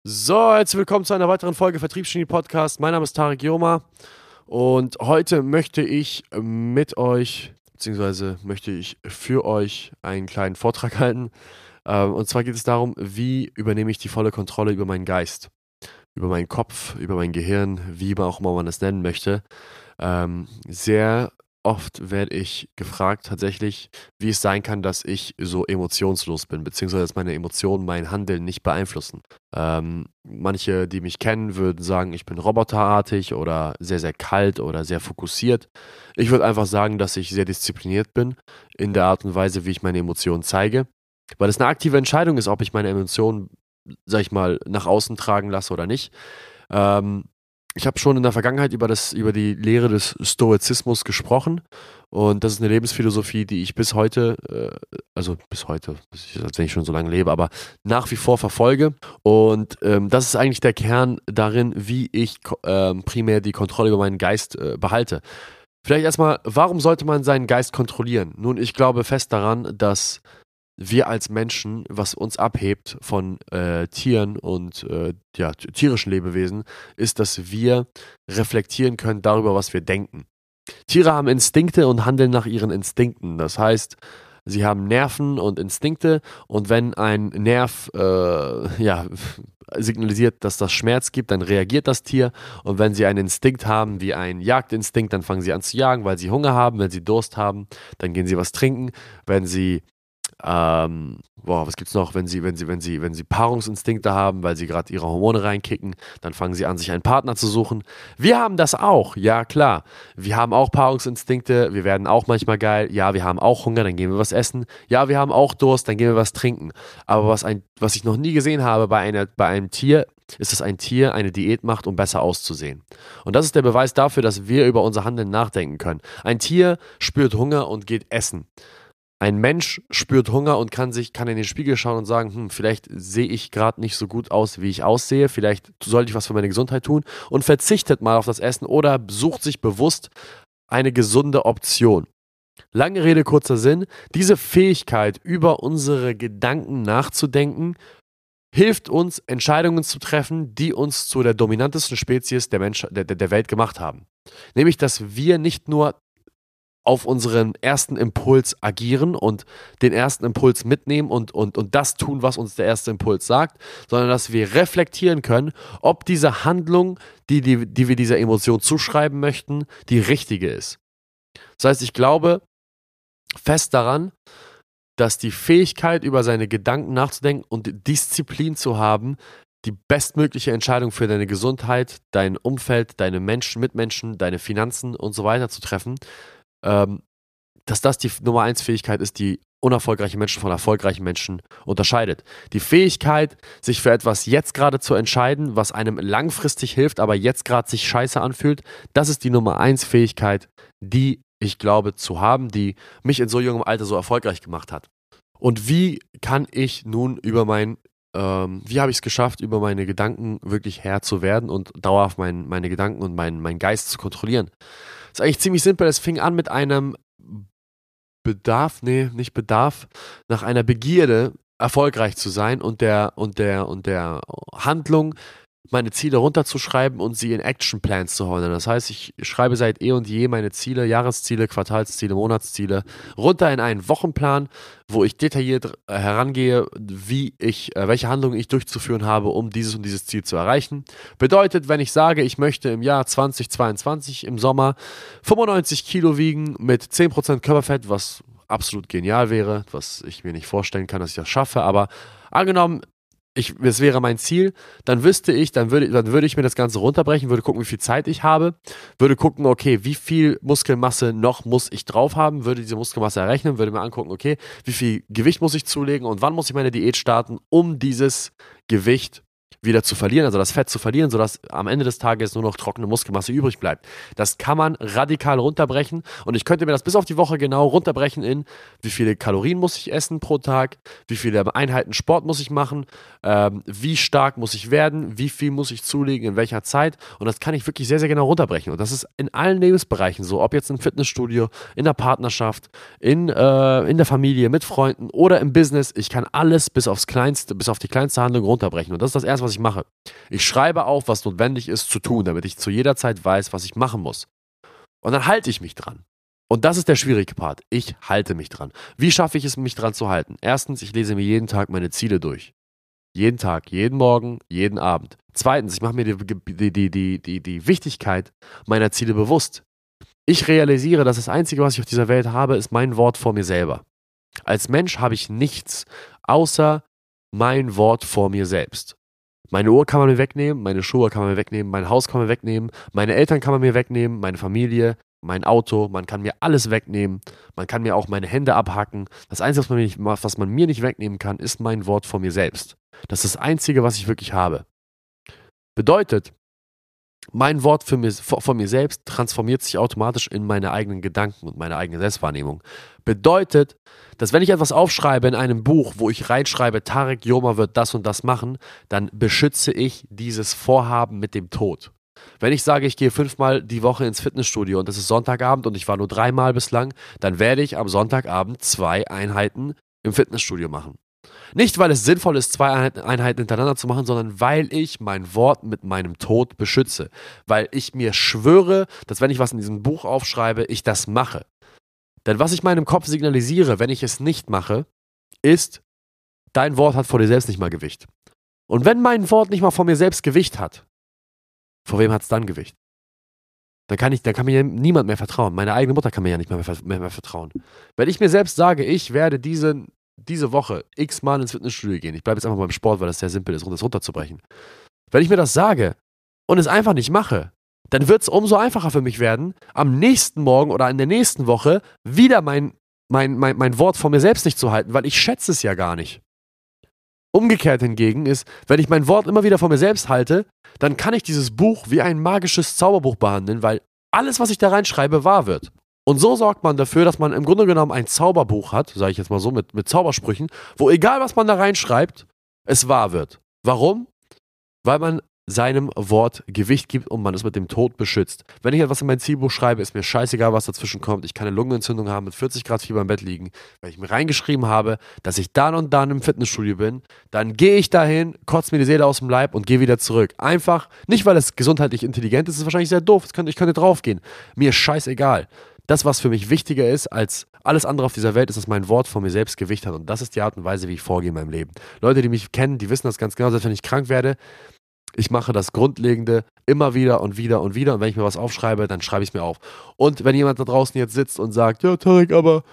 So, herzlich willkommen zu einer weiteren Folge Vertriebsgenie Podcast. Mein Name ist Tarek Joma und heute möchte ich mit euch, beziehungsweise möchte ich für euch einen kleinen Vortrag halten. Und zwar geht es darum, wie übernehme ich die volle Kontrolle über meinen Geist, über meinen Kopf, über mein Gehirn, wie auch immer man es nennen möchte. Sehr oft werde ich gefragt tatsächlich, wie es sein kann, dass ich so emotionslos bin, beziehungsweise dass meine Emotionen mein Handeln nicht beeinflussen. Manche, die mich kennen, würden sagen, ich bin roboterartig oder sehr, sehr kalt oder sehr fokussiert. Ich würde einfach sagen, dass ich sehr diszipliniert bin in der Art und Weise, wie ich meine Emotionen zeige, weil es eine aktive Entscheidung ist, ob ich meine Emotionen, sag ich mal, nach außen tragen lasse oder nicht. Ich habe schon in der Vergangenheit über die Lehre des Stoizismus gesprochen und das ist eine Lebensphilosophie, die ich bis heute, als wenn ich schon so lange lebe, aber nach wie vor verfolge und das ist eigentlich der Kern darin, wie ich primär die Kontrolle über meinen Geist behalte. Vielleicht erstmal, warum sollte man seinen Geist kontrollieren? Nun, ich glaube fest daran, dass wir als Menschen, was uns abhebt von Tieren und tierischen Lebewesen, ist, dass wir reflektieren können darüber, was wir denken. Tiere haben Instinkte und handeln nach ihren Instinkten. Das heißt, sie haben Nerven und Instinkte und wenn ein Nerv signalisiert, dass das Schmerz gibt, dann reagiert das Tier und wenn sie einen Instinkt haben, wie einen Jagdinstinkt, dann fangen sie an zu jagen, weil sie Hunger haben. Wenn sie Durst haben, dann gehen sie was trinken. Wenn sie was gibt's noch? Wenn sie Paarungsinstinkte haben, weil sie gerade ihre Hormone reinkicken, dann fangen sie an, sich einen Partner zu suchen. Wir haben das auch, ja klar. Wir haben auch Paarungsinstinkte, wir werden auch manchmal geil. Ja, wir haben auch Hunger, dann gehen wir was essen. Ja, wir haben auch Durst, dann gehen wir was trinken. Aber was ich noch nie gesehen habe bei einem Tier, ist, dass ein Tier eine Diät macht, um besser auszusehen. Und das ist der Beweis dafür, dass wir über unser Handeln nachdenken können. Ein Tier spürt Hunger und geht essen. Ein Mensch spürt Hunger und kann in den Spiegel schauen und sagen, vielleicht sehe ich gerade nicht so gut aus, wie ich aussehe, vielleicht sollte ich was für meine Gesundheit tun und verzichtet mal auf das Essen oder sucht sich bewusst eine gesunde Option. Lange Rede, kurzer Sinn, diese Fähigkeit, über unsere Gedanken nachzudenken, hilft uns, Entscheidungen zu treffen, die uns zu der dominantesten Spezies der Welt gemacht haben. Nämlich, dass wir nicht nur auf unseren ersten Impuls agieren und den ersten Impuls mitnehmen und das tun, was uns der erste Impuls sagt, sondern dass wir reflektieren können, ob diese Handlung, die wir dieser Emotion zuschreiben möchten, die richtige ist. Das heißt, ich glaube fest daran, dass die Fähigkeit, über seine Gedanken nachzudenken und Disziplin zu haben, die bestmögliche Entscheidung für deine Gesundheit, dein Umfeld, deine Mitmenschen, deine Finanzen und so weiter zu treffen, dass das die Nummer 1 Fähigkeit ist, die unerfolgreiche Menschen von erfolgreichen Menschen unterscheidet. Die Fähigkeit, sich für etwas jetzt gerade zu entscheiden, was einem langfristig hilft, aber jetzt gerade sich scheiße anfühlt, das ist die Nummer 1 Fähigkeit, die ich glaube zu haben, die mich in so jungem Alter so erfolgreich gemacht hat. Und wie kann ich nun wie habe ich es geschafft, über meine Gedanken wirklich Herr zu werden und dauerhaft meine Gedanken und meinen Geist zu kontrollieren? Das ist eigentlich ziemlich simpel. Es fing an mit einem nach einer Begierde, erfolgreich zu sein und der Handlung, meine Ziele runterzuschreiben und sie in Actionplans zu hauen. Das heißt, ich schreibe seit eh und je meine Ziele, Jahresziele, Quartalsziele, Monatsziele runter in einen Wochenplan, wo ich detailliert herangehe, welche Handlungen ich durchzuführen habe, um dieses und dieses Ziel zu erreichen. Bedeutet, wenn ich sage, ich möchte im Jahr 2022 im Sommer 95 Kilo wiegen mit 10% Körperfett, was absolut genial wäre, was ich mir nicht vorstellen kann, dass ich das schaffe, aber angenommen, es wäre mein Ziel, dann würde ich mir das Ganze runterbrechen, würde gucken, wie viel Zeit ich habe, würde gucken, okay, wie viel Muskelmasse noch muss ich drauf haben, würde diese Muskelmasse errechnen, würde mir angucken, okay, wie viel Gewicht muss ich zulegen und wann muss ich meine Diät starten, um dieses Gewicht wieder zu verlieren, also das Fett zu verlieren, sodass am Ende des Tages nur noch trockene Muskelmasse übrig bleibt. Das kann man radikal runterbrechen und ich könnte mir das bis auf die Woche genau runterbrechen in, wie viele Kalorien muss ich essen pro Tag, wie viele Einheiten Sport muss ich machen, wie stark muss ich werden, wie viel muss ich zulegen, in welcher Zeit und das kann ich wirklich sehr, sehr genau runterbrechen und das ist in allen Lebensbereichen so, ob jetzt im Fitnessstudio, in der Partnerschaft, in der Familie, mit Freunden oder im Business, ich kann alles bis auf die kleinste Handlung runterbrechen und das ist das Erste, was ich mache. Ich schreibe auf, was notwendig ist zu tun, damit ich zu jeder Zeit weiß, was ich machen muss. Und dann halte ich mich dran. Und das ist der schwierige Part. Ich halte mich dran. Wie schaffe ich es, mich dran zu halten? Erstens, ich lese mir jeden Tag meine Ziele durch. Jeden Tag, jeden Morgen, jeden Abend. Zweitens, ich mache mir die Wichtigkeit meiner Ziele bewusst. Ich realisiere, dass das Einzige, was ich auf dieser Welt habe, ist mein Wort vor mir selber. Als Mensch habe ich nichts außer mein Wort vor mir selbst. Meine Uhr kann man mir wegnehmen, meine Schuhe kann man mir wegnehmen, mein Haus kann man mir wegnehmen, meine Eltern kann man mir wegnehmen, meine Familie, mein Auto, man kann mir alles wegnehmen, man kann mir auch meine Hände abhacken. Das Einzige, was man mir nicht wegnehmen kann, ist mein Wort vor mir selbst. Das ist das Einzige, was ich wirklich habe. Bedeutet, mein Wort von mir selbst transformiert sich automatisch in meine eigenen Gedanken und meine eigene Selbstwahrnehmung. Bedeutet, dass wenn ich etwas aufschreibe in einem Buch, wo ich reinschreibe, Tarek Joma wird das und das machen, dann beschütze ich dieses Vorhaben mit dem Tod. Wenn ich sage, ich gehe 5-mal die Woche ins Fitnessstudio und es ist Sonntagabend und ich war nur 3-mal bislang, dann werde ich am Sonntagabend 2 Einheiten im Fitnessstudio machen. Nicht, weil es sinnvoll ist, 2 Einheiten hintereinander zu machen, sondern weil ich mein Wort mit meinem Tod beschütze. Weil ich mir schwöre, dass wenn ich was in diesem Buch aufschreibe, ich das mache. Denn was ich meinem Kopf signalisiere, wenn ich es nicht mache, ist, dein Wort hat vor dir selbst nicht mal Gewicht. Und wenn mein Wort nicht mal vor mir selbst Gewicht hat, vor wem hat es dann Gewicht? Dann kann mir niemand mehr vertrauen. Meine eigene Mutter kann mir ja nicht mehr vertrauen. Wenn ich mir selbst sage, ich werde diese Woche x-mal ins Fitnessstudio gehen. Ich bleibe jetzt einfach beim Sport, weil das sehr simpel ist, um das runterzubrechen. Wenn ich mir das sage und es einfach nicht mache, dann wird es umso einfacher für mich werden, am nächsten Morgen oder in der nächsten Woche wieder mein Wort von mir selbst nicht zu halten, weil ich schätze es ja gar nicht. Umgekehrt hingegen ist, wenn ich mein Wort immer wieder von mir selbst halte, dann kann ich dieses Buch wie ein magisches Zauberbuch behandeln, weil alles, was ich da reinschreibe, wahr wird. Und so sorgt man dafür, dass man im Grunde genommen ein Zauberbuch hat, sage ich jetzt mal so, mit Zaubersprüchen, wo egal, was man da reinschreibt, es wahr wird. Warum? Weil man seinem Wort Gewicht gibt und man es mit dem Tod beschützt. Wenn ich etwas in mein Zielbuch schreibe, ist mir scheißegal, was dazwischen kommt. Ich kann eine Lungenentzündung haben, mit 40 Grad Fieber im Bett liegen. Wenn ich mir reingeschrieben habe, dass ich dann und dann im Fitnessstudio bin, dann gehe ich dahin, kotze mir die Seele aus dem Leib und gehe wieder zurück. Einfach, nicht weil es gesundheitlich intelligent ist, ist wahrscheinlich sehr doof, ich könnte draufgehen. Mir ist scheißegal. Das, was für mich wichtiger ist als alles andere auf dieser Welt, ist, dass mein Wort von mir selbst Gewicht hat. Und das ist die Art und Weise, wie ich vorgehe in meinem Leben. Leute, die mich kennen, die wissen das ganz genau, selbst wenn ich krank werde, ich mache das Grundlegende immer wieder und wieder und wieder. Und wenn ich mir was aufschreibe, dann schreibe ich es mir auf. Und wenn jemand da draußen jetzt sitzt und sagt, ja, Tarek, aber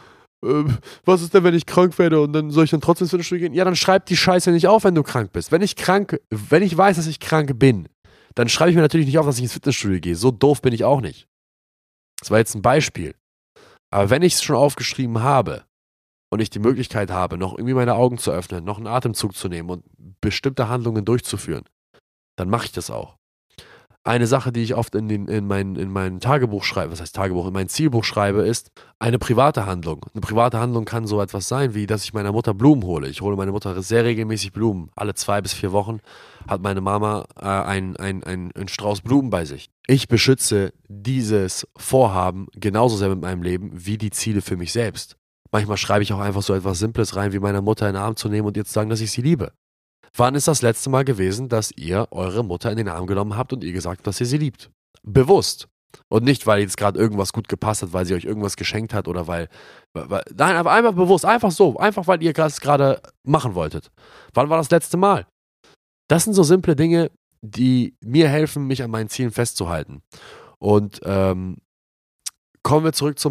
was ist denn, wenn ich krank werde und dann soll ich dann trotzdem ins Fitnessstudio gehen? Ja, dann schreib die Scheiße nicht auf, wenn du krank bist. Wenn ich weiß, dass ich krank bin, dann schreibe ich mir natürlich nicht auf, dass ich ins Fitnessstudio gehe. So doof bin ich auch nicht. Das war jetzt ein Beispiel. Aber wenn ich es schon aufgeschrieben habe und ich die Möglichkeit habe, noch irgendwie meine Augen zu öffnen, noch einen Atemzug zu nehmen und bestimmte Handlungen durchzuführen, dann mache ich das auch. Eine Sache, die ich oft in mein Tagebuch schreibe, was heißt Tagebuch, in mein Zielbuch schreibe, ist eine private Handlung. Eine private Handlung kann so etwas sein, wie dass ich meiner Mutter Blumen hole. Ich hole meiner Mutter sehr regelmäßig Blumen. Alle 2 bis 4 Wochen hat meine Mama einen Strauß Blumen bei sich. Ich beschütze dieses Vorhaben genauso sehr mit meinem Leben wie die Ziele für mich selbst. Manchmal schreibe ich auch einfach so etwas Simples rein, wie meiner Mutter in den Arm zu nehmen und ihr zu sagen, dass ich sie liebe. Wann ist das letzte Mal gewesen, dass ihr eure Mutter in den Arm genommen habt und ihr gesagt habt, dass ihr sie liebt? Bewusst. Und nicht, weil jetzt gerade irgendwas gut gepasst hat, weil sie euch irgendwas geschenkt hat oder weil nein, aber einfach bewusst, einfach so, einfach weil ihr das gerade machen wolltet. Wann war das letzte Mal? Das sind so simple Dinge, die mir helfen, mich an meinen Zielen festzuhalten. Und kommen wir zurück zu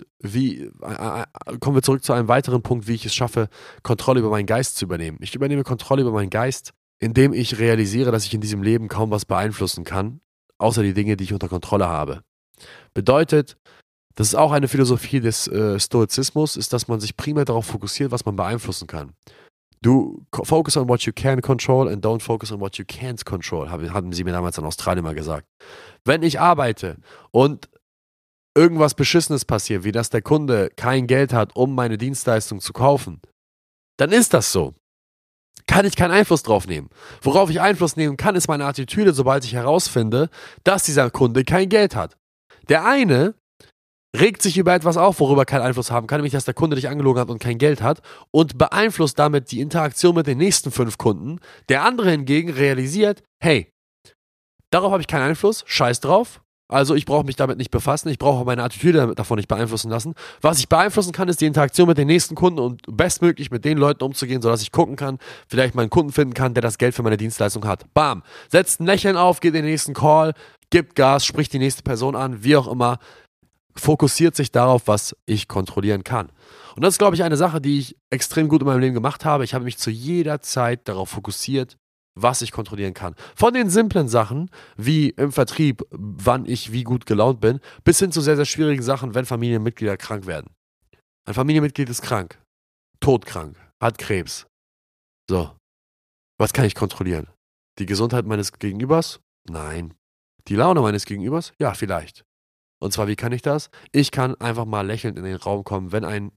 einem weiteren Punkt, wie ich es schaffe, Kontrolle über meinen Geist zu übernehmen. Ich übernehme Kontrolle über meinen Geist, indem ich realisiere, dass ich in diesem Leben kaum was beeinflussen kann, außer die Dinge, die ich unter Kontrolle habe. Bedeutet, das ist auch eine Philosophie des Stoizismus, ist, dass man sich primär darauf fokussiert, was man beeinflussen kann. Du focus on what you can control and don't focus on what you can't control, haben sie mir damals in Australien mal gesagt. Wenn ich arbeite und irgendwas Beschissenes passiert, wie dass der Kunde kein Geld hat, um meine Dienstleistung zu kaufen, dann ist das so. Kann ich keinen Einfluss drauf nehmen. Worauf ich Einfluss nehmen kann, ist meine Attitüde, sobald ich herausfinde, dass dieser Kunde kein Geld hat. Der eine regt sich über etwas auf, worüber keinen Einfluss haben kann, nämlich dass der Kunde dich angelogen hat und kein Geld hat und beeinflusst damit die Interaktion mit den nächsten 5 Kunden. Der andere hingegen realisiert, hey, darauf habe ich keinen Einfluss, scheiß drauf. Also ich brauche mich damit nicht befassen, ich brauche meine Attitüde davon nicht beeinflussen lassen. Was ich beeinflussen kann, ist die Interaktion mit den nächsten Kunden und bestmöglich mit den Leuten umzugehen, sodass ich gucken kann, vielleicht mal einen Kunden finden kann, der das Geld für meine Dienstleistung hat. Bam, setzt ein Lächeln auf, geht in den nächsten Call, gibt Gas, spricht die nächste Person an, wie auch immer, fokussiert sich darauf, was ich kontrollieren kann. Und das ist, glaube ich, eine Sache, die ich extrem gut in meinem Leben gemacht habe. Ich habe mich zu jeder Zeit darauf fokussiert, was ich kontrollieren kann. Von den simplen Sachen, wie im Vertrieb, wann ich wie gut gelaunt bin, bis hin zu sehr, sehr schwierigen Sachen, wenn Familienmitglieder krank werden. Ein Familienmitglied ist krank, todkrank, hat Krebs. So, was kann ich kontrollieren? Die Gesundheit meines Gegenübers? Nein. Die Laune meines Gegenübers? Ja, vielleicht. Und zwar, wie kann ich das? Ich kann einfach mal lächelnd in den Raum kommen, wenn ein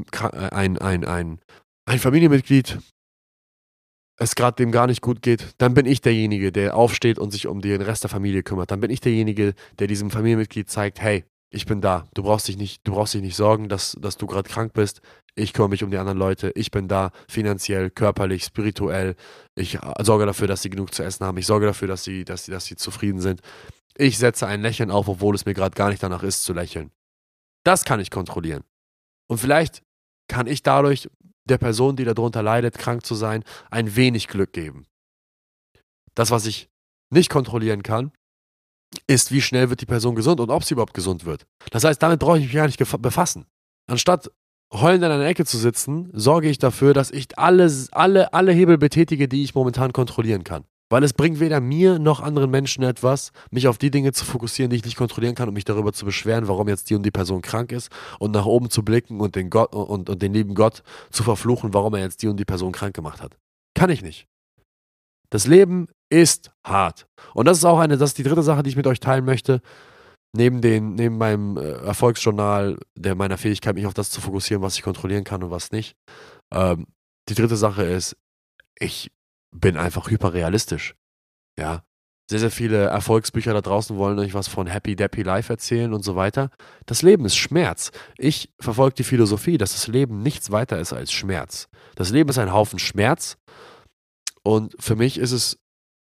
Familienmitglied es gerade dem gar nicht gut geht, dann bin ich derjenige, der aufsteht und sich um den Rest der Familie kümmert. Dann bin ich derjenige, der diesem Familienmitglied zeigt, hey, ich bin da. Du brauchst dich nicht sorgen, dass du gerade krank bist. Ich kümmere mich um die anderen Leute. Ich bin da, finanziell, körperlich, spirituell. Ich sorge dafür, dass sie genug zu essen haben. Ich sorge dafür, dass sie zufrieden sind. Ich setze ein Lächeln auf, obwohl es mir gerade gar nicht danach ist, zu lächeln. Das kann ich kontrollieren. Und vielleicht kann ich dadurch der Person, die darunter leidet, krank zu sein, ein wenig Glück geben. Das, was ich nicht kontrollieren kann, ist, wie schnell wird die Person gesund und ob sie überhaupt gesund wird. Das heißt, damit brauche ich mich gar nicht befassen. Anstatt heulend in einer Ecke zu sitzen, sorge ich dafür, dass ich alle Hebel betätige, die ich momentan kontrollieren kann. Weil es bringt weder mir noch anderen Menschen etwas, mich auf die Dinge zu fokussieren, die ich nicht kontrollieren kann und mich darüber zu beschweren, warum jetzt die und die Person krank ist und nach oben zu blicken und den lieben Gott zu verfluchen, warum er jetzt die und die Person krank gemacht hat. Kann ich nicht. Das Leben ist hart. Und das ist die dritte Sache, die ich mit euch teilen möchte. Neben meinem Erfolgsjournal, meiner Fähigkeit, mich auf das zu fokussieren, was ich kontrollieren kann und was nicht. Die dritte Sache ist, ich bin einfach hyperrealistisch. Ja. Sehr, sehr viele Erfolgsbücher da draußen wollen euch was von Happy Deppy Life erzählen und so weiter. Das Leben ist Schmerz. Ich verfolge die Philosophie, dass das Leben nichts weiter ist als Schmerz. Das Leben ist ein Haufen Schmerz und für mich ist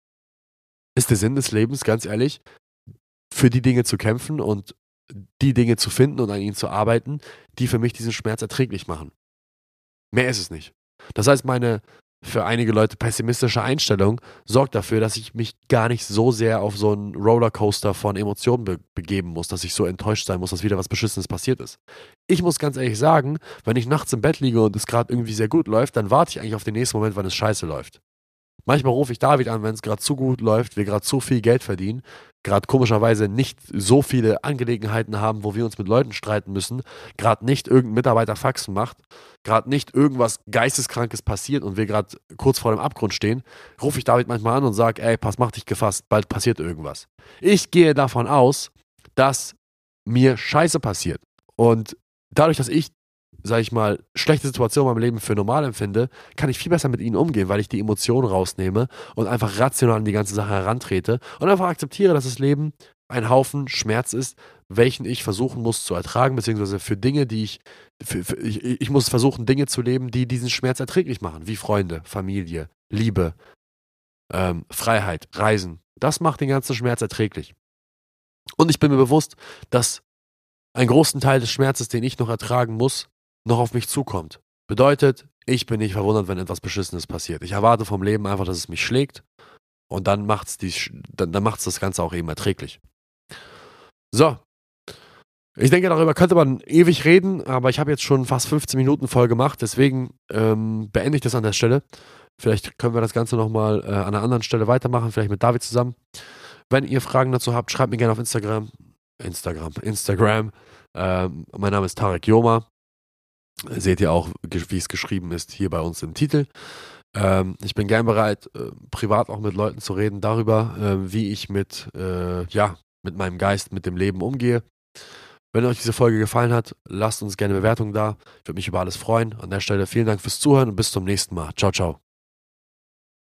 der Sinn des Lebens, ganz ehrlich, für die Dinge zu kämpfen und die Dinge zu finden und an ihnen zu arbeiten, die für mich diesen Schmerz erträglich machen. Mehr ist es nicht. Das heißt, meine für einige Leute pessimistische Einstellung sorgt dafür, dass ich mich gar nicht so sehr auf so einen Rollercoaster von Emotionen begeben muss, dass ich so enttäuscht sein muss, dass wieder was Beschissenes passiert ist. Ich muss ganz ehrlich sagen, wenn ich nachts im Bett liege und es gerade irgendwie sehr gut läuft, dann warte ich eigentlich auf den nächsten Moment, wann es scheiße läuft. Manchmal rufe ich David an, wenn es gerade zu gut läuft, wir gerade zu viel Geld verdienen, gerade komischerweise nicht so viele Angelegenheiten haben, wo wir uns mit Leuten streiten müssen, gerade nicht irgendein Mitarbeiter Faxen macht, gerade nicht irgendwas Geisteskrankes passiert und wir gerade kurz vor dem Abgrund stehen, rufe ich David manchmal an und sage, ey, mach dich gefasst, bald passiert irgendwas. Ich gehe davon aus, dass mir Scheiße passiert. Und dadurch, dass ich, sag ich mal, schlechte Situationen in meinem Leben für normal empfinde, kann ich viel besser mit ihnen umgehen, weil ich die Emotionen rausnehme und einfach rational an die ganze Sache herantrete und einfach akzeptiere, dass das Leben ein Haufen Schmerz ist, welchen ich versuchen muss zu ertragen, beziehungsweise für Dinge, die ich muss versuchen, Dinge zu leben, die diesen Schmerz erträglich machen, wie Freunde, Familie, Liebe, Freiheit, Reisen. Das macht den ganzen Schmerz erträglich. Und ich bin mir bewusst, dass einen großen Teil des Schmerzes, den ich noch ertragen muss, noch auf mich zukommt. Bedeutet, ich bin nicht verwundert, wenn etwas Beschissenes passiert. Ich erwarte vom Leben einfach, dass es mich schlägt und dann macht's das Ganze auch eben erträglich. So. Ich denke, darüber könnte man ewig reden, aber ich habe jetzt schon fast 15 Minuten voll gemacht, deswegen beende ich das an der Stelle. Vielleicht können wir das Ganze nochmal an einer anderen Stelle weitermachen, vielleicht mit David zusammen. Wenn ihr Fragen dazu habt, schreibt mir gerne auf Instagram. Mein Name ist Tarek Joma. Seht ihr auch, wie es geschrieben ist, hier bei uns im Titel. Ich bin gern bereit, privat auch mit Leuten zu reden darüber, wie ich mit meinem Geist, mit dem Leben umgehe. Wenn euch diese Folge gefallen hat, lasst uns gerne eine Bewertung da. Ich würde mich über alles freuen. An der Stelle vielen Dank fürs Zuhören und bis zum nächsten Mal. Ciao, ciao.